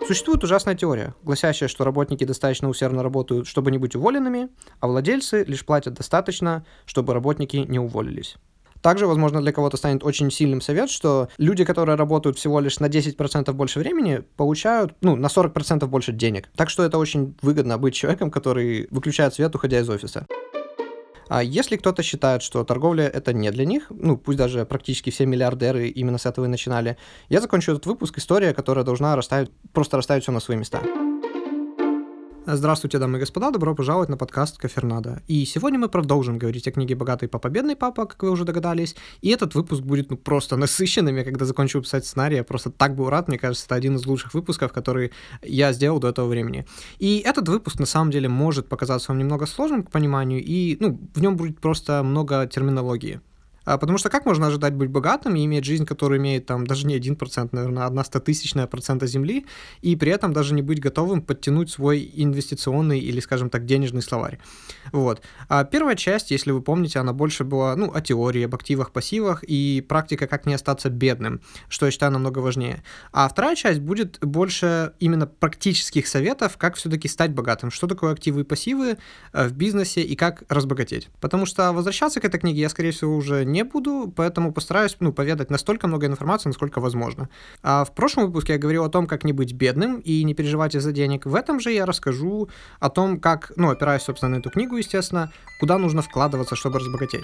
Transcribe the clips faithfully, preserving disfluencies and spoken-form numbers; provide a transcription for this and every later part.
Существует ужасная теория, гласящая, что работники достаточно усердно работают, чтобы не быть уволенными, а владельцы лишь платят достаточно, чтобы работники не уволились. Также, возможно, для кого-то станет очень сильным совет, что люди, которые работают всего лишь на десять процентов больше времени, получают, ну, на сорок процентов больше денег. Так что это очень выгодно быть человеком, который выключает свет, уходя из офиса. А если кто-то считает, что торговля — это не для них, ну, пусть даже практически все миллиардеры именно с этого и начинали, я закончу этот выпуск историей, которая должна расставить, просто расставить все на свои места. Здравствуйте, дамы и господа, добро пожаловать на подкаст Кофернадо. И сегодня мы продолжим говорить о книге «Богатый папа, бедный папа», как вы уже догадались. И этот выпуск будет ну, просто насыщенным. Я когда закончу писать сценарий, я просто так был рад. Мне кажется, это один из лучших выпусков, который я сделал до этого времени. И этот выпуск, на самом деле, может показаться вам немного сложным к пониманию, и ну, в нем будет просто много терминологии. Потому что как можно ожидать быть богатым и иметь жизнь, которая имеет там даже не один процент, наверное, одна стотысячная процента земли, и при этом даже не быть готовым подтянуть свой инвестиционный или, скажем так, денежный словарь. Вот. А первая часть, если вы помните, она больше была, ну, о теории, об активах, пассивах и практика, как не остаться бедным, что я считаю намного важнее. А вторая часть будет больше именно практических советов, как все-таки стать богатым, что такое активы и пассивы в бизнесе и как разбогатеть. Потому что возвращаться к этой книге я, скорее всего, уже не буду, поэтому постараюсь, ну, поведать настолько много информации, насколько возможно. А в прошлом выпуске я говорил о том, как не быть бедным и не переживать из-за денег. В этом же я расскажу о том, как, ну, опираясь, собственно, на эту книгу, естественно, куда нужно вкладываться, чтобы разбогатеть.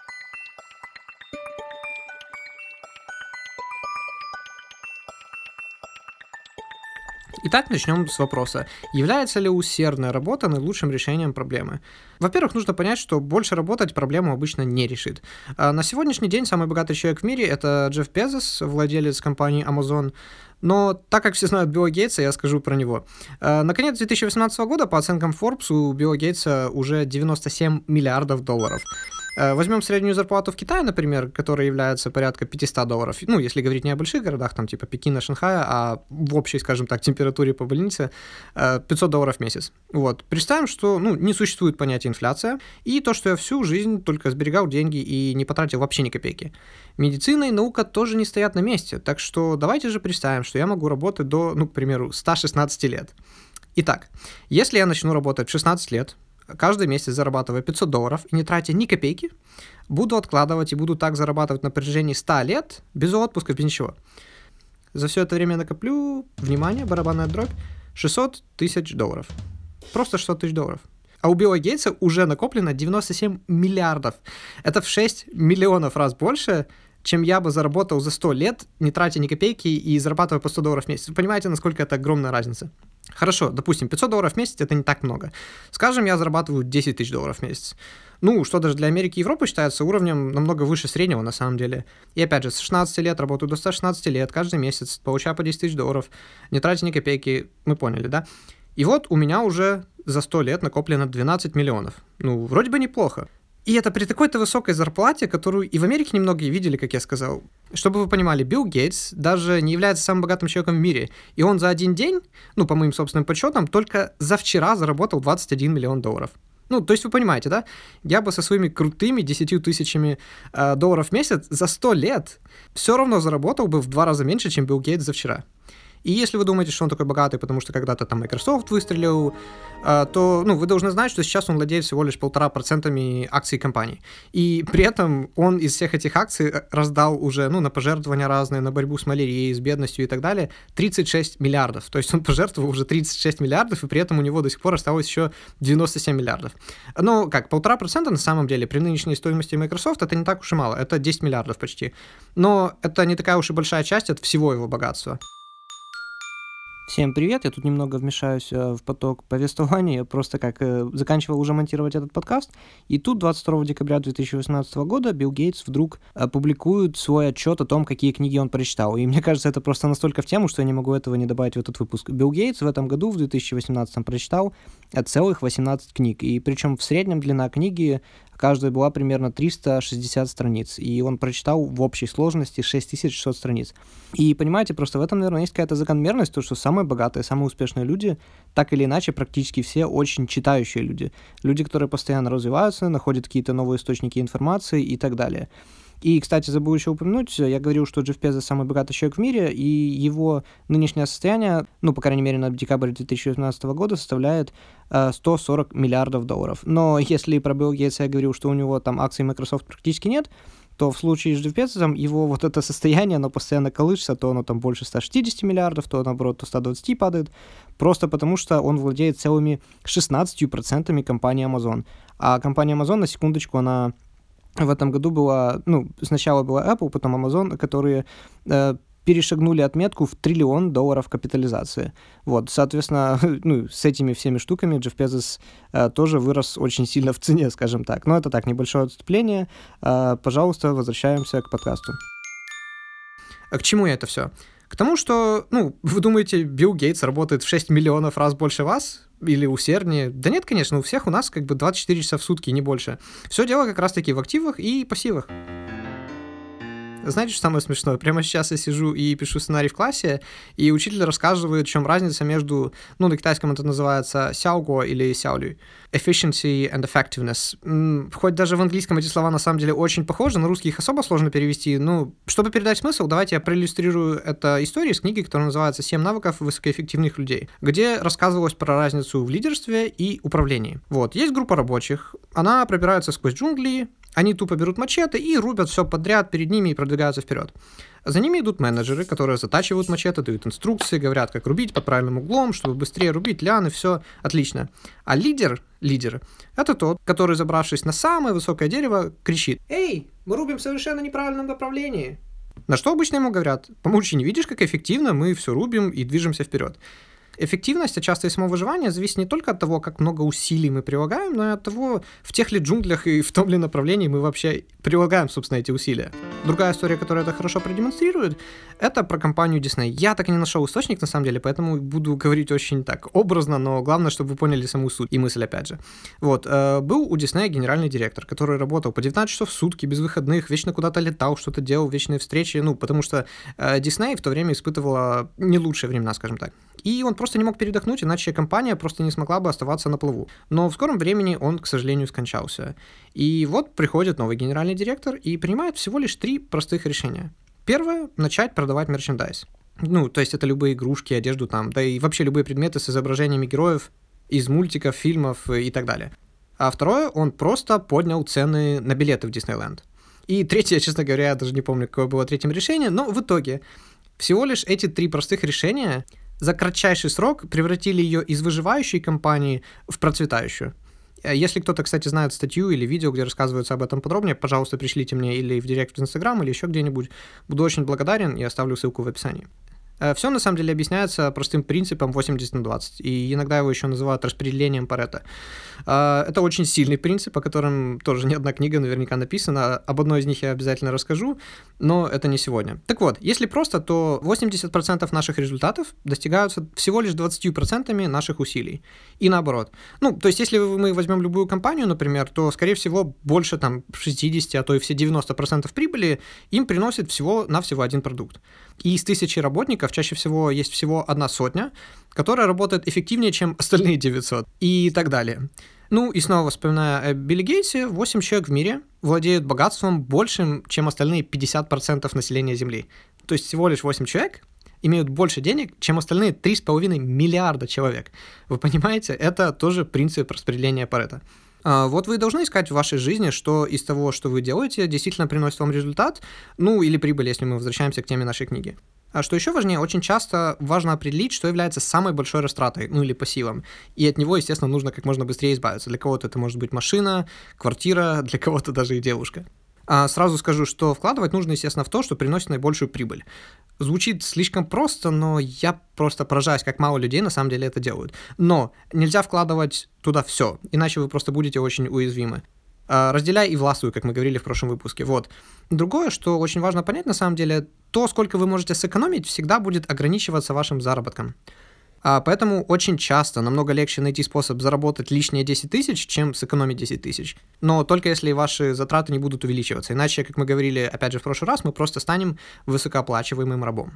Итак, начнем с вопроса. Является ли усердная работа наилучшим решением проблемы? Во-первых, нужно понять, что больше работать проблему обычно не решит. А на сегодняшний день самый богатый человек в мире – это Джефф Безос, владелец компании Amazon. Но так как все знают Билла Гейтса, я скажу про него. На конец две тысячи восемнадцатого года, по оценкам Forbes, у Билла Гейтса уже девяносто семь миллиардов долларов. Возьмем среднюю зарплату в Китае, например, которая является порядка пятьсот долларов, ну, если говорить не о больших городах, там, типа Пекина, Шанхая, а в общей, скажем так, температуре по больнице, пятьсот долларов в месяц. Вот. Представим, что, ну, не существует понятия инфляция, и то, что я всю жизнь только сберегал деньги и не потратил вообще ни копейки. Медицина и наука тоже не стоят на месте, так что давайте же представим, что я могу работать до, ну, к примеру, ста шестнадцати лет. Итак, если я начну работать в шестнадцать лет, каждый месяц зарабатывая пятьсот долларов и не тратя ни копейки, буду откладывать и буду так зарабатывать на протяжении ста лет, без отпуска, без ничего. За все это время я накоплю, внимание, барабанная дробь, шестьсот тысяч долларов. Просто шестьсот тысяч долларов. А у Билла Гейтса уже накоплено девяносто семь миллиардов. Это в шесть миллионов раз больше, чем я бы заработал за сто лет, не тратя ни копейки и зарабатывая по сто долларов в месяц. Вы понимаете, насколько это огромная разница? Хорошо, допустим, пятьсот долларов в месяц – это не так много. Скажем, я зарабатываю десять тысяч долларов в месяц. Ну, что даже для Америки и Европы считается уровнем намного выше среднего на самом деле. И опять же, с шестнадцати лет работаю до ста шестнадцати лет, каждый месяц, получаю по десять тысяч долларов, не тратя ни копейки, мы поняли, да? И вот у меня уже за сто лет накоплено двенадцать миллионов. Ну, вроде бы неплохо. И это при такой-то высокой зарплате, которую и в Америке немногие видели, как я сказал. Чтобы вы понимали, Билл Гейтс даже не является самым богатым человеком в мире. И он за один день, ну, по моим собственным подсчетам, только за вчера заработал двадцать один миллион долларов. Ну, то есть вы понимаете, да? Я бы со своими крутыми десятью тысячами э, долларов в месяц за сто лет все равно заработал бы в два раза меньше, чем Билл Гейтс за вчера. И если вы думаете, что он такой богатый, потому что когда-то там Microsoft выстрелил, то ну, вы должны знать, что сейчас он владеет всего лишь полтора процентами акций компании. И при этом он из всех этих акций раздал уже ну, на пожертвования разные, на борьбу с малярией, с бедностью и так далее, тридцать шесть миллиардов. То есть он пожертвовал уже тридцать шесть миллиардов, и при этом у него до сих пор осталось еще девяносто семь миллиардов. Ну, как, полтора процента на самом деле при нынешней стоимости Microsoft это не так уж и мало, это десять миллиардов почти. Но это не такая уж и большая часть от всего его богатства. Всем привет, я тут немного вмешаюсь в поток повествования, я просто как заканчивал уже монтировать этот подкаст, и тут двадцать второго декабря две тысячи восемнадцатого года Билл Гейтс вдруг публикует свой отчет о том, какие книги он прочитал, и мне кажется, это просто настолько в тему, что я не могу этого не добавить в этот выпуск. Билл Гейтс в этом году, в две тысячи восемнадцатом, прочитал целых восемнадцать книг, и причем в среднем длина книги каждая была примерно триста шестьдесят страниц, и он прочитал в общей сложности шесть тысяч шестьсот страниц. И понимаете, просто в этом, наверное, есть какая-то закономерность, то, что самые богатые, самые успешные люди, так или иначе, практически все очень читающие люди. Люди, которые постоянно развиваются, находят какие-то новые источники информации и так далее. И, кстати, забыл еще упомянуть, я говорил, что Джефф Безос самый богатый человек в мире, и его нынешнее состояние, ну, по крайней мере, на декабрь две тысячи девятнадцатого года составляет э, сто сорок миллиардов долларов. Но если про Билла Гейтса я говорил, что у него там акций Microsoft практически нет, то в случае с Джефф Безосом его вот это состояние, оно постоянно колышется, то оно там больше ста шестидесяти миллиардов, то наоборот, то ста двадцати падает, просто потому что он владеет целыми шестнадцатью процентами компании Amazon. А компания Amazon, на секундочку, она в этом году была, ну, сначала была Apple, потом Amazon, которые э, перешагнули отметку в триллион долларов капитализации. Вот, соответственно, ну, с этими всеми штуками Джефф Безос э, тоже вырос очень сильно в цене, скажем так. Но это так, небольшое отступление. Э, пожалуйста, возвращаемся к подкасту. А к чему это все? К тому, что, ну, вы думаете, Билл Гейтс работает в шесть миллионов раз больше вас? Или усерднее? Да нет, конечно, у всех у нас как бы двадцать четыре часа в сутки, не больше. Все дело как раз-таки в активах и пассивах. Знаете, что самое смешное? Прямо сейчас я сижу и пишу сценарий в классе, и учитель рассказывает, в чем разница между, ну, на китайском это называется сяого или сяолю. Efficiency and effectiveness. Хоть даже в английском эти слова на самом деле очень похожи, на русский их особо сложно перевести. Ну, чтобы передать смысл, давайте я проиллюстрирую это историей из книги, которая называется «Семь навыков высокоэффективных людей», где рассказывалось про разницу в лидерстве и управлении. Вот, есть группа рабочих, она пробирается сквозь джунгли, они тупо берут мачете и рубят все подряд перед ними и продвигаются вперед. За ними идут менеджеры, которые затачивают мачете, дают инструкции, говорят, как рубить под правильным углом, чтобы быстрее рубить лианы, все отлично. А лидер, лидер, это тот, который, забравшись на самое высокое дерево, кричит: «Эй, мы рубим в совершенно неправильном направлении». На что обычно ему говорят: «Помолчи, не видишь, как эффективно мы все рубим и движемся вперед». Эффективность, а часто и само выживание, зависит не только от того, как много усилий мы прилагаем, но и от того, в тех ли джунглях и в том ли направлении мы вообще прилагаем, собственно, эти усилия. Другая история, которая это хорошо продемонстрирует, это про компанию Disney. Я так и не нашел источник, на самом деле, поэтому буду говорить очень так образно, но главное, чтобы вы поняли саму суть и мысль, опять же. Вот, э, был у Disney генеральный директор, который работал по девятнадцать часов в сутки, без выходных, вечно куда-то летал, что-то делал, вечные встречи, ну, потому что э, Disney в то время испытывала не лучшие времена, скажем так. И он просто не мог передохнуть, иначе компания просто не смогла бы оставаться на плаву. Но в скором времени он, к сожалению, скончался. И вот приходит новый генеральный директор и принимает всего лишь три простых решения. Первое – начать продавать мерчендайз. Ну, то есть это любые игрушки, одежду там, да и вообще любые предметы с изображениями героев из мультиков, фильмов и так далее. А второе – он просто поднял цены на билеты в Диснейленд. И третье, честно говоря, я даже не помню, какое было третьим решение, но в итоге всего лишь эти три простых решения за кратчайший срок превратили ее из выживающей компании в процветающую. Если кто-то, кстати, знает статью или видео, где рассказывается об этом подробнее, пожалуйста, пришлите мне или в директ в Инстаграм, или еще где-нибудь. Буду очень благодарен и оставлю ссылку в описании. Все на самом деле объясняется простым принципом восемьдесят на двадцать, и иногда его еще называют распределением Парето. Это очень сильный принцип, о котором тоже не одна книга наверняка написана, об одной из них я обязательно расскажу, но это не сегодня. Так вот, если просто, то восемьдесят процентов наших результатов достигаются всего лишь двадцать процентов наших усилий, и наоборот. Ну, то есть если мы возьмем любую компанию, например, то, скорее всего, больше там шестьдесят, а то и все девяносто процентов прибыли им приносит всего-навсего один продукт. И из тысячи работников чаще всего есть всего одна сотня, которая работает эффективнее, чем остальные девятьсот, и так далее. Ну и снова вспоминая о Билле Гейтсе, восемь человек в мире владеют богатством большим, чем остальные пятьдесят процентов населения Земли. То есть всего лишь восемь человек имеют больше денег, чем остальные три с половиной миллиарда человек. Вы понимаете, это тоже принцип распределения Парето. Вот вы должны искать в вашей жизни, что из того, что вы делаете, действительно приносит вам результат, ну или прибыль, если мы возвращаемся к теме нашей книги. А что еще важнее, очень часто важно определить, что является самой большой растратой, ну или пассивом, и от него, естественно, нужно как можно быстрее избавиться. Для кого-то это может быть машина, квартира, для кого-то даже и девушка. А сразу скажу, что вкладывать нужно, естественно, в то, что приносит наибольшую прибыль. Звучит слишком просто, но я просто поражаюсь, как мало людей на самом деле это делают. Но нельзя вкладывать туда все, иначе вы просто будете очень уязвимы. Разделяй и властвуй, как мы говорили в прошлом выпуске. Вот. Другое, что очень важно понять на самом деле, то, сколько вы можете сэкономить, всегда будет ограничиваться вашим заработком. А поэтому очень часто намного легче найти способ заработать лишние десять тысяч, чем сэкономить десять тысяч. Но только если ваши затраты не будут увеличиваться. Иначе, как мы говорили, опять же, в прошлый раз, мы просто станем высокооплачиваемым рабом.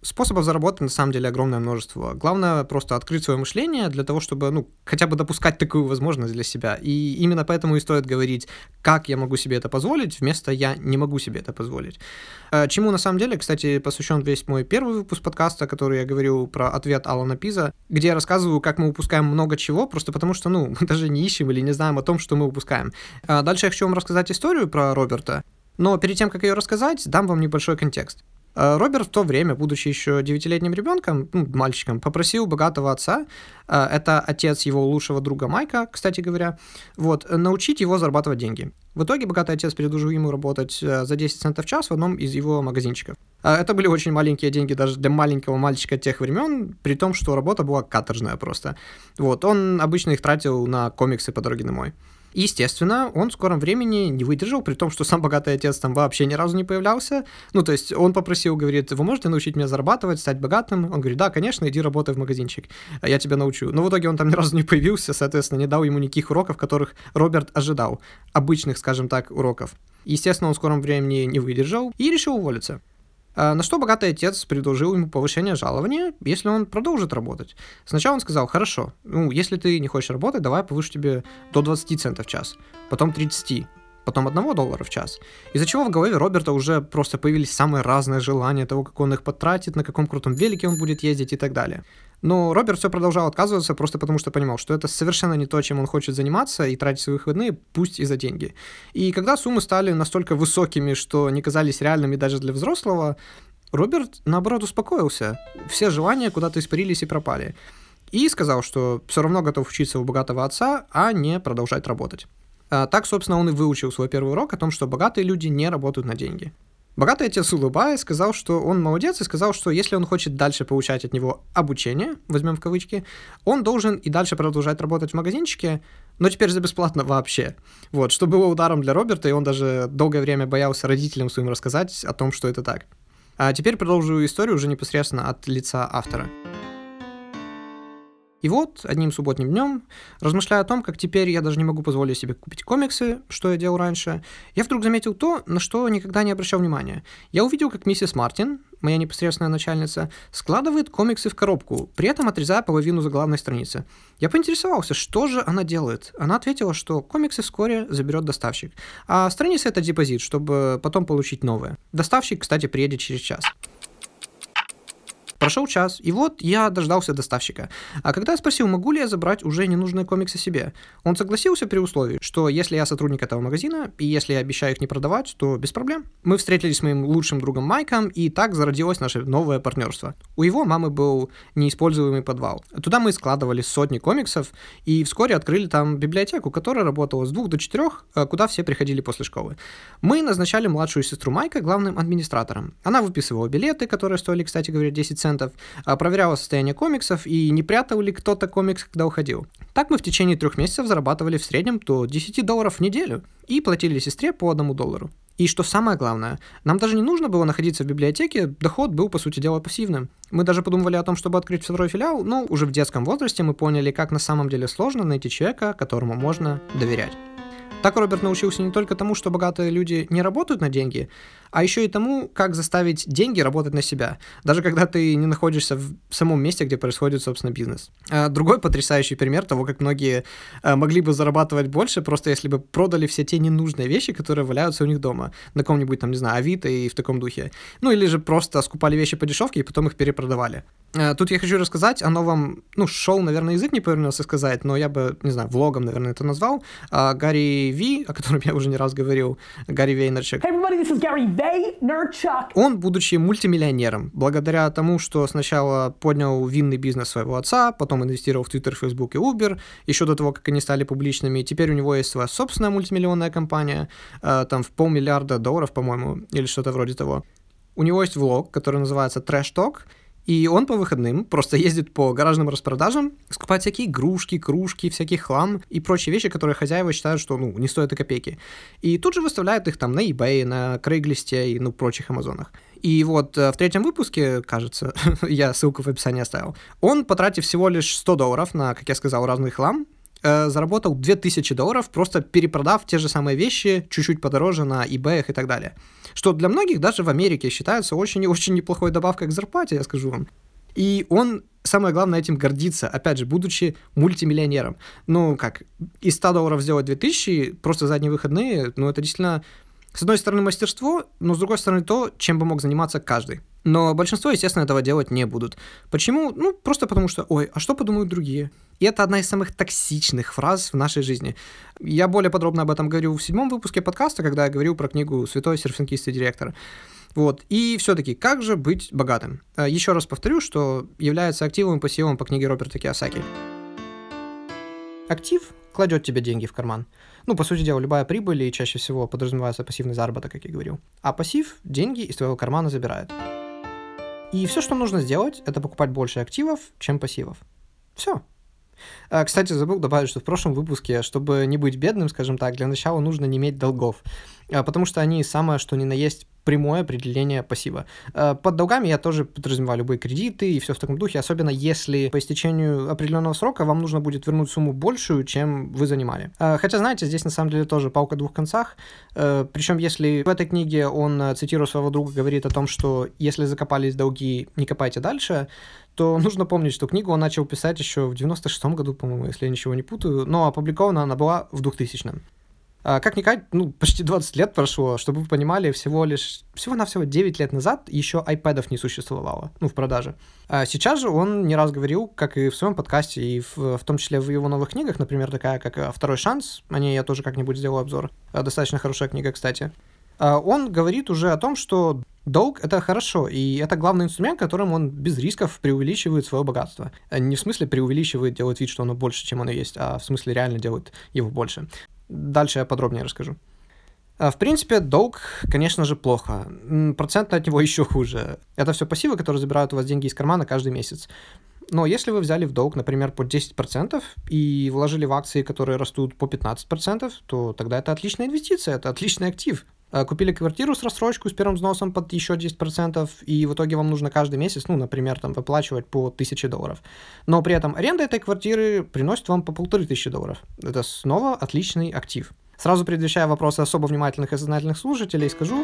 Способов заработать на самом деле огромное множество. Главное просто открыть свое мышление для того, чтобы, ну, хотя бы допускать такую возможность для себя. И именно поэтому и стоит говорить, как я могу себе это позволить, вместо я не могу себе это позволить. Чему на самом деле, кстати, посвящен весь мой первый выпуск подкаста, который я говорил про ответ Алана Пиза, где я рассказываю, как мы упускаем много чего, просто потому что, ну, мы даже не ищем или не знаем о том, что мы упускаем. Дальше я хочу вам рассказать историю про Роберта, но перед тем, как ее рассказать, дам вам небольшой контекст. Роберт в то время, будучи еще девятилетним ребенком, ну, мальчиком, попросил богатого отца, это отец его лучшего друга Майка, кстати говоря, вот, научить его зарабатывать деньги. В итоге богатый отец предложил ему работать за десять центов в час в одном из его магазинчиков. Это были очень маленькие деньги даже для маленького мальчика тех времен, при том, что работа была каторжная просто. Вот, он обычно их тратил на комиксы по дороге домой. Естественно, он в скором времени не выдержал, при том, что сам богатый отец там вообще ни разу не появлялся. Ну, то есть он попросил, говорит, вы можете научить меня зарабатывать, стать богатым? Он говорит, да, конечно, иди работай в магазинчик, я тебя научу. Но в итоге он там ни разу не появился, соответственно, не дал ему никаких уроков, которых Роберт ожидал. Обычных, скажем так, уроков. Естественно, он в скором времени не выдержал и решил уволиться. На что богатый отец предложил ему повышение жалования, если он продолжит работать. Сначала он сказал, хорошо, ну, если ты не хочешь работать, давай повышу тебе до двадцать центов в час, потом тридцать, потом один доллар в час. Из-за чего в голове Роберта уже просто появились самые разные желания того, как он их потратит, на каком крутом велике он будет ездить и так далее. Но Роберт все продолжал отказываться просто потому, что понимал, что это совершенно не то, чем он хочет заниматься и тратить свои выходные, пусть и за деньги. И когда суммы стали настолько высокими, что не казались реальными даже для взрослого, Роберт, наоборот, успокоился. Все желания куда-то испарились и пропали. И сказал, что все равно готов учиться у богатого отца, а не продолжать работать. Так, собственно, он и выучил свой первый урок о том, что богатые люди не работают на деньги. Богатый отец, улыбаясь, сказал, что он молодец, и сказал, что если он хочет дальше получать от него обучение, возьмем в кавычки, он должен и дальше продолжать работать в магазинчике, но теперь за бесплатно вообще. Вот, что было ударом для Роберта, и он даже долгое время боялся родителям своим рассказать о том, что это так. А теперь продолжу историю уже непосредственно от лица автора. И вот, одним субботним днем, размышляя о том, как теперь я даже не могу позволить себе купить комиксы, что я делал раньше, я вдруг заметил то, на что никогда не обращал внимания. Я увидел, как миссис Мартин, моя непосредственная начальница, складывает комиксы в коробку, при этом отрезая половину заглавной страницы. Я поинтересовался, что же она делает. Она ответила, что комиксы вскоре заберет доставщик, а страница — это депозит, чтобы потом получить новые. Доставщик, кстати, приедет через час. Прошел час, и вот я дождался доставщика. А когда я спросил, могу ли я забрать уже ненужные комиксы себе, он согласился при условии, что если я сотрудник этого магазина, и если я обещаю их не продавать, то без проблем. Мы встретились с моим лучшим другом Майком, и так зародилось наше новое партнерство. У его мамы был неиспользуемый подвал. Туда мы складывали сотни комиксов, и вскоре открыли там библиотеку, которая работала с двух до четырех, куда все приходили после школы. Мы назначали младшую сестру Майка главным администратором. Она выписывала билеты, которые стоили, кстати говоря, десять центов, проверяла состояние комиксов и не прятал ли кто-то комикс, когда уходил. Так мы в течение трех месяцев зарабатывали в среднем до десять долларов в неделю и платили сестре по одному доллару. И что самое главное, нам даже не нужно было находиться в библиотеке, доход был, по сути дела, пассивным. Мы даже подумывали о том, чтобы открыть второй филиал, но уже в детском возрасте мы поняли, как на самом деле сложно найти человека, которому можно доверять. Так Роберт научился не только тому, что богатые люди не работают на деньги, а еще и тому, как заставить деньги работать на себя, даже когда ты не находишься в самом месте, где происходит, собственно, бизнес. Другой потрясающий пример того, как многие могли бы зарабатывать больше, просто если бы продали все те ненужные вещи, которые валяются у них дома, на каком-нибудь, там, не знаю, Авито и в таком духе. Ну, или же просто скупали вещи по дешевке и потом их перепродавали. Тут я хочу рассказать о новом, ну, шоу, наверное, язык не повернулся сказать, но я бы, не знаю, влогом, наверное, это назвал. Гарри Ви, о котором я уже не раз говорил, Гарри Вейнерчук. Hey everybody, this is Gary Vaynerchuk. Он, будучи мультимиллионером, благодаря тому, что сначала поднял винный бизнес своего отца, потом инвестировал в Twitter, Facebook и Uber, еще до того, как они стали публичными, теперь у него есть своя собственная мультимиллионная компания, там в полмиллиарда долларов, по-моему, или что-то вроде того. У него есть влог, который называется Trash Talk, и он по выходным просто ездит по гаражным распродажам, скупает всякие игрушки, кружки, всякий хлам и прочие вещи, которые хозяева считают, что, ну, не стоят и копейки. И тут же выставляет их там на eBay, на Craigslist и, ну, прочих амазонах. И вот в третьем выпуске, кажется, я ссылку в описании оставил, он, потратив всего лишь сто долларов на, как я сказал, разный хлам, э, заработал две тысячи долларов, просто перепродав те же самые вещи чуть-чуть подороже на eBay и так далее. Что для многих даже в Америке считается очень и очень неплохой добавкой к зарплате, я скажу вам. И он, самое главное, этим гордится, опять же, будучи мультимиллионером. Ну, как, из ста долларов сделать две тысячи просто за одни выходные, ну, это действительно, с одной стороны, мастерство, но с другой стороны, то, чем бы мог заниматься каждый. Но большинство, естественно, этого делать не будут. Почему? Ну, просто потому что, ой, а что подумают другие? И это одна из самых токсичных фраз в нашей жизни. Я более подробно об этом говорю в седьмом выпуске подкаста, когда я говорил про книгу «Святой серфингист и директор». Вот. И все-таки, как же быть богатым? Еще раз повторю, что является активом и пассивом по книге Роберта Кийосаки. Актив кладет тебе деньги в карман. Ну, по сути дела, любая прибыль, и чаще всего подразумевается пассивный заработок, как я говорил. А пассив деньги из твоего кармана забирает. И все, что нужно сделать, это покупать больше активов, чем пассивов. Все. Кстати, забыл добавить, что в прошлом выпуске, чтобы не быть бедным, скажем так, для начала нужно не иметь долгов, потому что они самое что ни на есть прямое определение пассива. Под долгами я тоже подразумеваю любые кредиты и все в таком духе, особенно если по истечению определенного срока вам нужно будет вернуть сумму большую, чем вы занимали. Хотя, знаете, здесь на самом деле тоже палка о двух концах, причем если в этой книге он, цитируя своего друга, говорит о том, что если закопались долги, не копайте дальше, то нужно помнить, что книгу он начал писать еще в девяносто шестом году, по-моему, если я ничего не путаю, но опубликована она была в двухтысячном. А, как-никак, ну, почти двадцать лет прошло, чтобы вы понимали, всего лишь, всего-навсего девять лет назад еще айпэдов не существовало, ну, в продаже. А сейчас же он не раз говорил, как и в своем подкасте, и в, в том числе в его новых книгах, например, такая, как «Второй шанс», о ней я тоже как-нибудь сделаю обзор, достаточно хорошая книга, кстати. Он говорит уже о том, что долг — это хорошо, и это главный инструмент, которым он без рисков преувеличивает свое богатство. Не в смысле преувеличивает, делает вид, что оно больше, чем оно есть, а в смысле реально делает его больше. Дальше я подробнее расскажу. В принципе, долг, конечно же, плохо. Процент от него еще хуже. Это все пассивы, которые забирают у вас деньги из кармана каждый месяц. Но если вы взяли в долг, например, по десять процентов и вложили в акции, которые растут по пятнадцать процентов, то тогда это отличная инвестиция, это отличный актив. Купили квартиру с рассрочку с первым взносом под еще десять процентов, и в итоге вам нужно каждый месяц, ну, например, там, выплачивать по тысяче долларов. Но при этом аренда этой квартиры приносит вам по полторы тысячи долларов. Это снова отличный актив. Сразу предвещая вопросы особо внимательных и сознательных слушателей, скажу,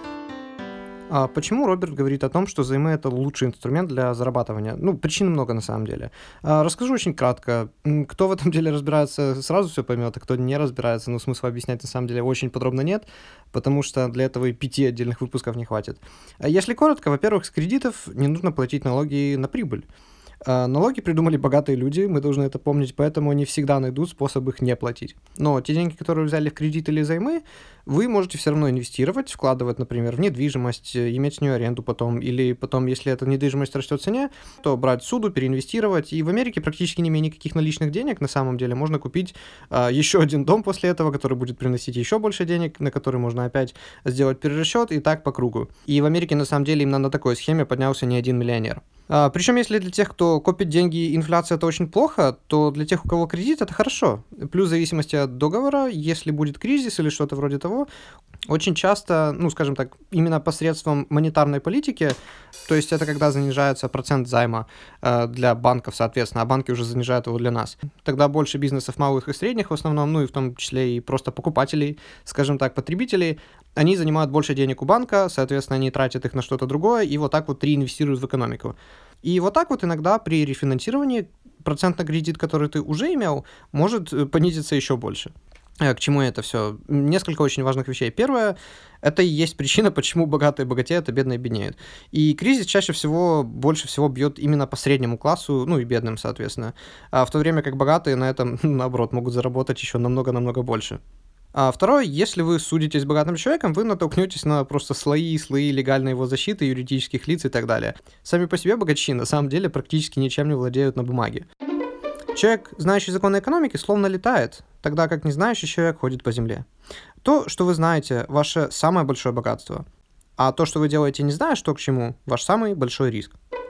а почему Роберт говорит о том, что займы — это лучший инструмент для зарабатывания? Ну, причин много на самом деле. А, расскажу очень кратко. Кто в этом деле разбирается, сразу все поймет, а кто не разбирается, ну, смысла объяснять на самом деле очень подробно нет, потому что для этого и пяти отдельных выпусков не хватит. А если коротко, во-первых, с кредитов не нужно платить налоги на прибыль. Налоги придумали богатые люди, мы должны это помнить, поэтому они всегда найдут способ их не платить. Но те деньги, которые взяли в кредит или займы, вы можете все равно инвестировать, вкладывать, например, в недвижимость, иметь с нее аренду потом, или потом, если эта недвижимость растет в цене, то брать суду, переинвестировать. И в Америке практически не имея никаких наличных денег, на самом деле, можно купить а, еще один дом после этого, который будет приносить еще больше денег, на который можно опять сделать перерасчет, и так по кругу. И в Америке, на самом деле, именно на такой схеме поднялся не один миллионер. А, причем, если для тех, кто копит деньги, инфляция — это очень плохо, то для тех, у кого кредит, это хорошо. Плюс в зависимости от договора, если будет кризис или что-то вроде того, очень часто, ну, скажем так, именно посредством монетарной политики, то есть это когда занижается процент займа э, для банков, соответственно, а банки уже занижают его для нас. Тогда больше бизнесов малых и средних в основном, ну и в том числе и просто покупателей, скажем так, потребителей, они занимают больше денег у банка, соответственно, они тратят их на что-то другое, и вот так вот реинвестируют в экономику. И вот так вот иногда при рефинансировании процент на кредит, который ты уже имел, может понизиться еще больше. К чему это все? Несколько очень важных вещей. Первое, это и есть причина, почему богатые богатеют, а бедные беднеют. И кризис чаще всего, больше всего бьет именно по среднему классу, ну и бедным, соответственно. А в то время как богатые на этом, наоборот, могут заработать еще намного-намного больше. А второе, если вы судитесь с богатым человеком, вы натолкнетесь на просто слои и слои легальной его защиты, юридических лиц и так далее. Сами по себе богачи на самом деле практически ничем не владеют на бумаге. Человек, знающий законы экономики, словно летает, тогда как незнающий человек ходит по земле. То, что вы знаете, ваше самое большое богатство, а то, что вы делаете, не зная, что к чему, ваш самый большой риск.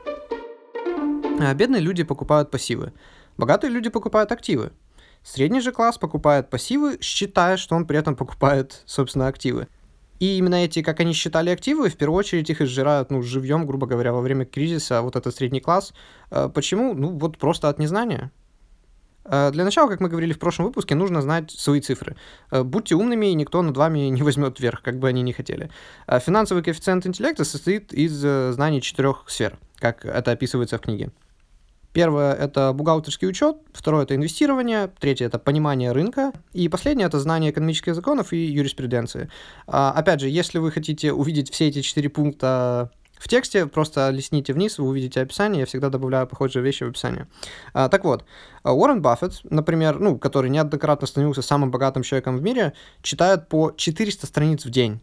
А бедные люди покупают пассивы, богатые люди покупают активы. Средний же класс покупает пассивы, считая, что он при этом покупает, собственно, активы. И именно эти, как они считали, активы, в первую очередь их изжирают, ну, живьем, грубо говоря, во время кризиса, вот этот средний класс. Почему? Ну, вот просто от незнания. Для начала, как мы говорили в прошлом выпуске, нужно знать свои цифры. Будьте умными, и никто над вами не возьмет вверх, как бы они ни хотели. Финансовый коэффициент интеллекта состоит из знаний четырех сфер, как это описывается в книге. Первое – это бухгалтерский учет, второе – это инвестирование, третье – это понимание рынка, и последнее – это знание экономических законов и юриспруденции. Опять же, если вы хотите увидеть все эти четыре пункта в тексте, просто листните вниз, вы увидите описание, я всегда добавляю похожие вещи в описание. А, так вот, Уоррен Баффет, например, ну, который неоднократно становился самым богатым человеком в мире, читает по четыреста страниц в день.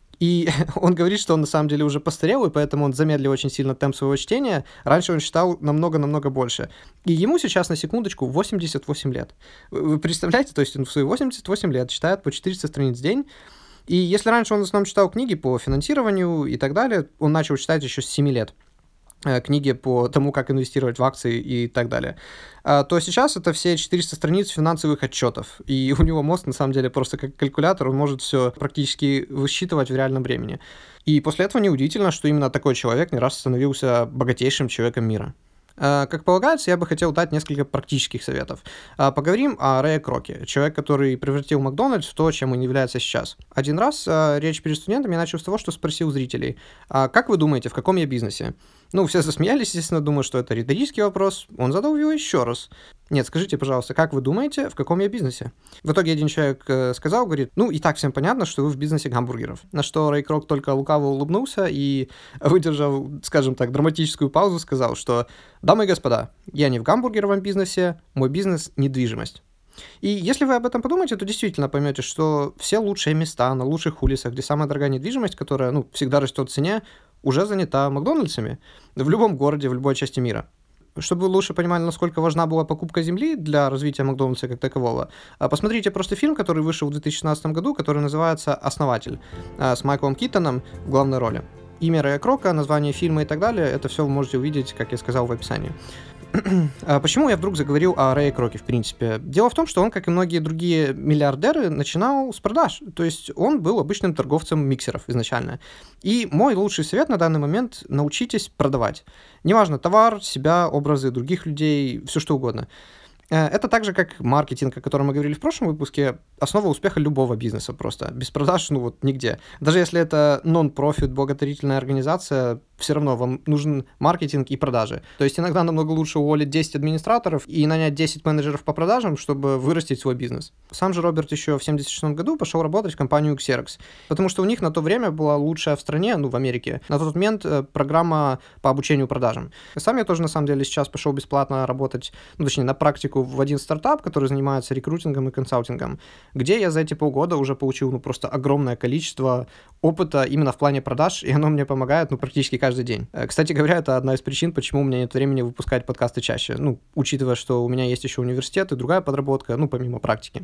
И он говорит, что он на самом деле уже постарел, и поэтому он замедлил очень сильно темп своего чтения. Раньше он читал намного-намного больше. И ему сейчас, на секундочку, восемьдесят восемь лет. Вы представляете, то есть он в свои восемьдесят восемь лет читает по четыреста страниц в день. И если раньше он в основном читал книги по финансированию и так далее, он начал читать еще с семи лет книги по тому, как инвестировать в акции и так далее, то сейчас это все четыреста страниц финансовых отчетов. И у него мозг, на самом деле, просто как калькулятор, он может все практически высчитывать в реальном времени. И после этого неудивительно, что именно такой человек не раз становился богатейшим человеком мира. Как полагается, я бы хотел дать несколько практических советов. Поговорим о Рэе Кроке, человек, который превратил Макдональдс в то, чем он является сейчас. Один раз речь перед студентами начал с того, что спросил зрителей: «Как вы думаете, в каком я бизнесе?» Ну, все засмеялись, естественно, думаю, что это риторический вопрос. Он задал его еще раз. Нет, скажите, пожалуйста, как вы думаете, в каком я бизнесе? В итоге один человек сказал, говорит: ну, и так всем понятно, что вы в бизнесе гамбургеров. На что Рэй Крок только лукаво улыбнулся и, выдержав, скажем так, драматическую паузу, сказал, что: дамы и господа, я не в гамбургеровом бизнесе, мой бизнес – недвижимость. И если вы об этом подумаете, то действительно поймете, что все лучшие места на лучших улицах, где самая дорогая недвижимость, которая, ну, всегда растет в цене, уже занята Макдональдсами в любом городе, в любой части мира. Чтобы вы лучше понимали, насколько важна была покупка земли для развития Макдональдса как такового, посмотрите просто фильм, который вышел в две тысячи шестнадцатом году, который называется «Основатель», с Майклом Китоном в главной роли. Имя Рэя Крока, название фильма и так далее, это все вы можете увидеть, как я сказал в описании. Почему я вдруг заговорил о Рэе Кроке, в принципе? Дело в том, что он, как и многие другие миллиардеры, начинал с продаж. То есть он был обычным торговцем миксеров изначально. И мой лучший совет на данный момент – научитесь продавать. Неважно, товар, себя, образы других людей, все что угодно. Это так же, как маркетинг, о котором мы говорили в прошлом выпуске, основа успеха любого бизнеса просто. Без продаж, ну вот, нигде. Даже если это нон-профит, благотворительная организация, все равно вам нужен маркетинг и продажи. То есть иногда намного лучше уволить десять администраторов и нанять десять менеджеров по продажам, чтобы вырастить свой бизнес. Сам же Роберт еще в семьдесят шестом году пошел работать в компанию Xerox, потому что у них на то время была лучшая в стране, ну, в Америке, на тот момент программа по обучению продажам. Сам я тоже, на самом деле, сейчас пошел бесплатно работать, ну, точнее, на практику в один стартап, который занимается рекрутингом и консалтингом, где я за эти полгода уже получил, ну, просто огромное количество опыта именно в плане продаж, и оно мне помогает, ну, практически каждый день. Кстати говоря, это одна из причин, почему у меня нет времени выпускать подкасты чаще, ну, учитывая, что у меня есть еще университет и другая подработка, ну, помимо практики.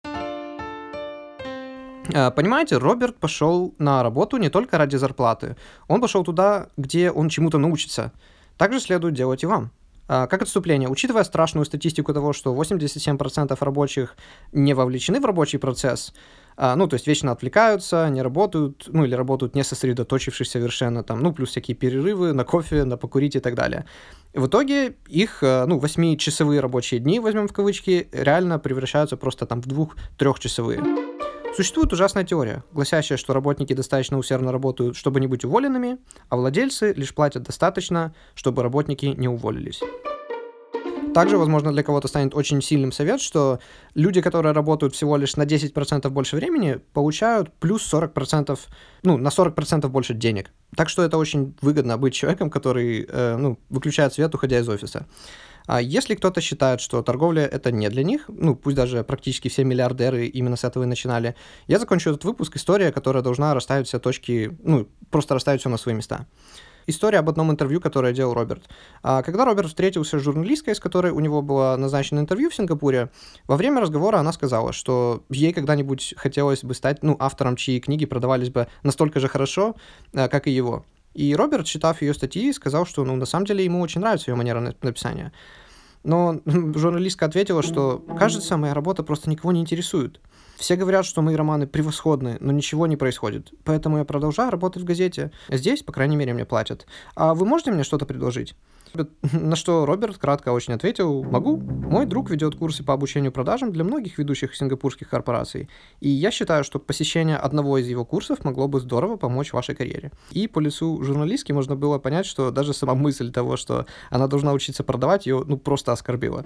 Понимаете, Роберт пошел на работу не только ради зарплаты, он пошел туда, где он чему-то научится. Так же следует делать и вам. Как отступление, учитывая страшную статистику того, что восемьдесят семь процентов рабочих не вовлечены в рабочий процесс, ну, то есть вечно отвлекаются, не работают, ну, или работают не сосредоточившись совершенно, там, ну, плюс всякие перерывы на кофе, на покурить и так далее. В итоге их, ну, восьмичасовые рабочие дни, возьмем в кавычки, реально превращаются просто там в двух-трехчасовые. Существует ужасная теория, гласящая, что работники достаточно усердно работают, чтобы не быть уволенными, а владельцы лишь платят достаточно, чтобы работники не уволились. Также, возможно, для кого-то станет очень сильным совет, что люди, которые работают всего лишь на десять процентов больше времени, получают плюс сорок процентов, ну, на сорок процентов больше денег. Так что это очень выгодно быть человеком, который, э, ну, выключает свет, уходя из офиса. А если кто-то считает, что торговля — это не для них, ну, пусть даже практически все миллиардеры именно с этого и начинали, я закончу этот выпуск историей, которая должна расставить все точки, ну, просто расставить все на свои места. История об одном интервью, которое делал Роберт. Когда Роберт встретился с журналисткой, с которой у него было назначено интервью в Сингапуре, во время разговора она сказала, что ей когда-нибудь хотелось бы стать, ну, автором, чьи книги продавались бы настолько же хорошо, как и его. И Роберт, читав ее статьи, сказал, что, ну, на самом деле ему очень нравится ее манера написания. Но журналистка ответила, что, кажется, моя работа просто никого не интересует. Все говорят, что мои романы превосходны, но ничего не происходит. Поэтому я продолжаю работать в газете. Здесь, по крайней мере, мне платят. А вы можете мне что-то предложить? На что Роберт кратко очень ответил: могу. Мой друг ведет курсы по обучению продажам для многих ведущих сингапурских корпораций, и я считаю, что посещение одного из его курсов могло бы здорово помочь вашей карьере. И по лицу журналистки можно было понять, что даже сама мысль того, что она должна учиться продавать, ее ну просто оскорбила.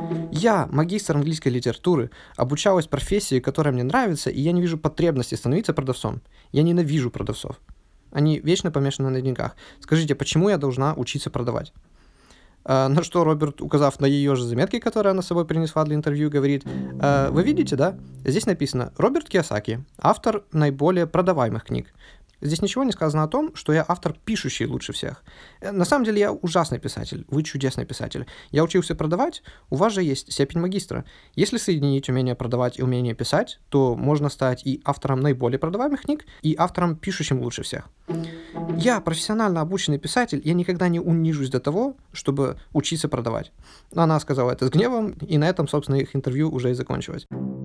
Я, магистр английской литературы, обучалась профессии, которая мне нравится, и я не вижу потребности становиться продавцом. Я ненавижу продавцов. Они вечно помешаны на деньгах. Скажите, почему я должна учиться продавать? А, на что Роберт, указав на ее же заметки, которые она с собой принесла для интервью, говорит: а, вы видите, да? Здесь написано «Роберт Кийосаки, автор наиболее продаваемых книг». Здесь ничего не сказано о том, что я автор, пишущий лучше всех. На самом деле я ужасный писатель, вы чудесный писатель. Я учился продавать, у вас же есть степень магистра. Если соединить умение продавать и умение писать, то можно стать и автором наиболее продаваемых книг, и автором, пишущим лучше всех. Я профессионально обученный писатель, я никогда не унижусь до того, чтобы учиться продавать. Она сказала это с гневом, и на этом, собственно, их интервью уже и закончилось.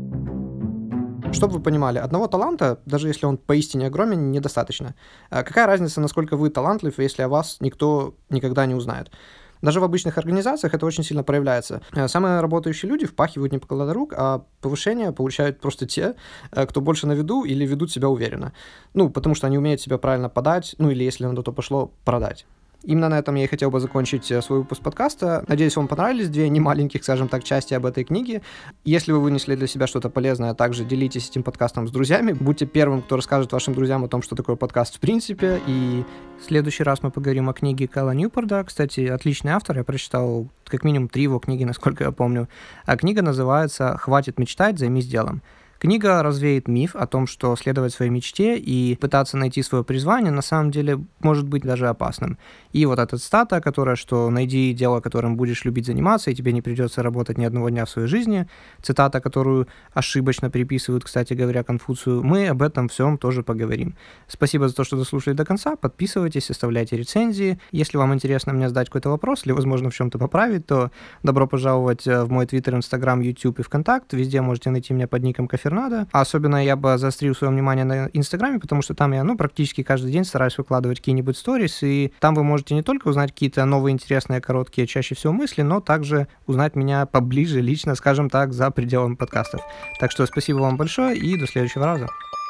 Чтобы вы понимали, одного таланта, даже если он поистине огромен, недостаточно. Какая разница, насколько вы талантлив, если о вас никто никогда не узнает? Даже в обычных организациях это очень сильно проявляется. Самые работающие люди впахивают не покладая рук, а повышение получают просто те, кто больше на виду или ведут себя уверенно. Ну, потому что они умеют себя правильно подать, ну или, если на то пошло, продать. Именно на этом я и хотел бы закончить свой выпуск подкаста. Надеюсь, вам понравились две немаленьких, скажем так, части об этой книге. Если вы вынесли для себя что-то полезное, также делитесь этим подкастом с друзьями. Будьте первым, кто расскажет вашим друзьям о том, что такое подкаст в принципе. И в следующий раз мы поговорим о книге Кайла Ньюпорта. Кстати, отличный автор. Я прочитал как минимум три его книги, насколько я помню. А книга называется «Хватит мечтать, займись делом». Книга развеет миф о том, что следовать своей мечте и пытаться найти свое призвание на самом деле может быть даже опасным. И вот эта цитата, которая, что «найди дело, которым будешь любить заниматься, и тебе не придется работать ни одного дня в своей жизни», цитата, которую ошибочно приписывают, кстати говоря, Конфуцию, мы об этом всем тоже поговорим. Спасибо за то, что дослушали до конца, подписывайтесь, оставляйте рецензии. Если вам интересно мне задать какой-то вопрос или, возможно, в чем-то поправить, то добро пожаловать в мой Твиттер, Инстаграм, Ютуб и ВКонтакт. Везде можете найти меня под ником Кофернадо. А особенно я бы заострил свое внимание на Инстаграме, потому что там я, ну, практически каждый день стараюсь выкладывать какие-нибудь сторис, и там вы можете не только узнать какие-то новые, интересные, короткие, чаще всего мысли, но также узнать меня поближе, лично, скажем так, за пределами подкастов. Так что спасибо вам большое и до следующего раза.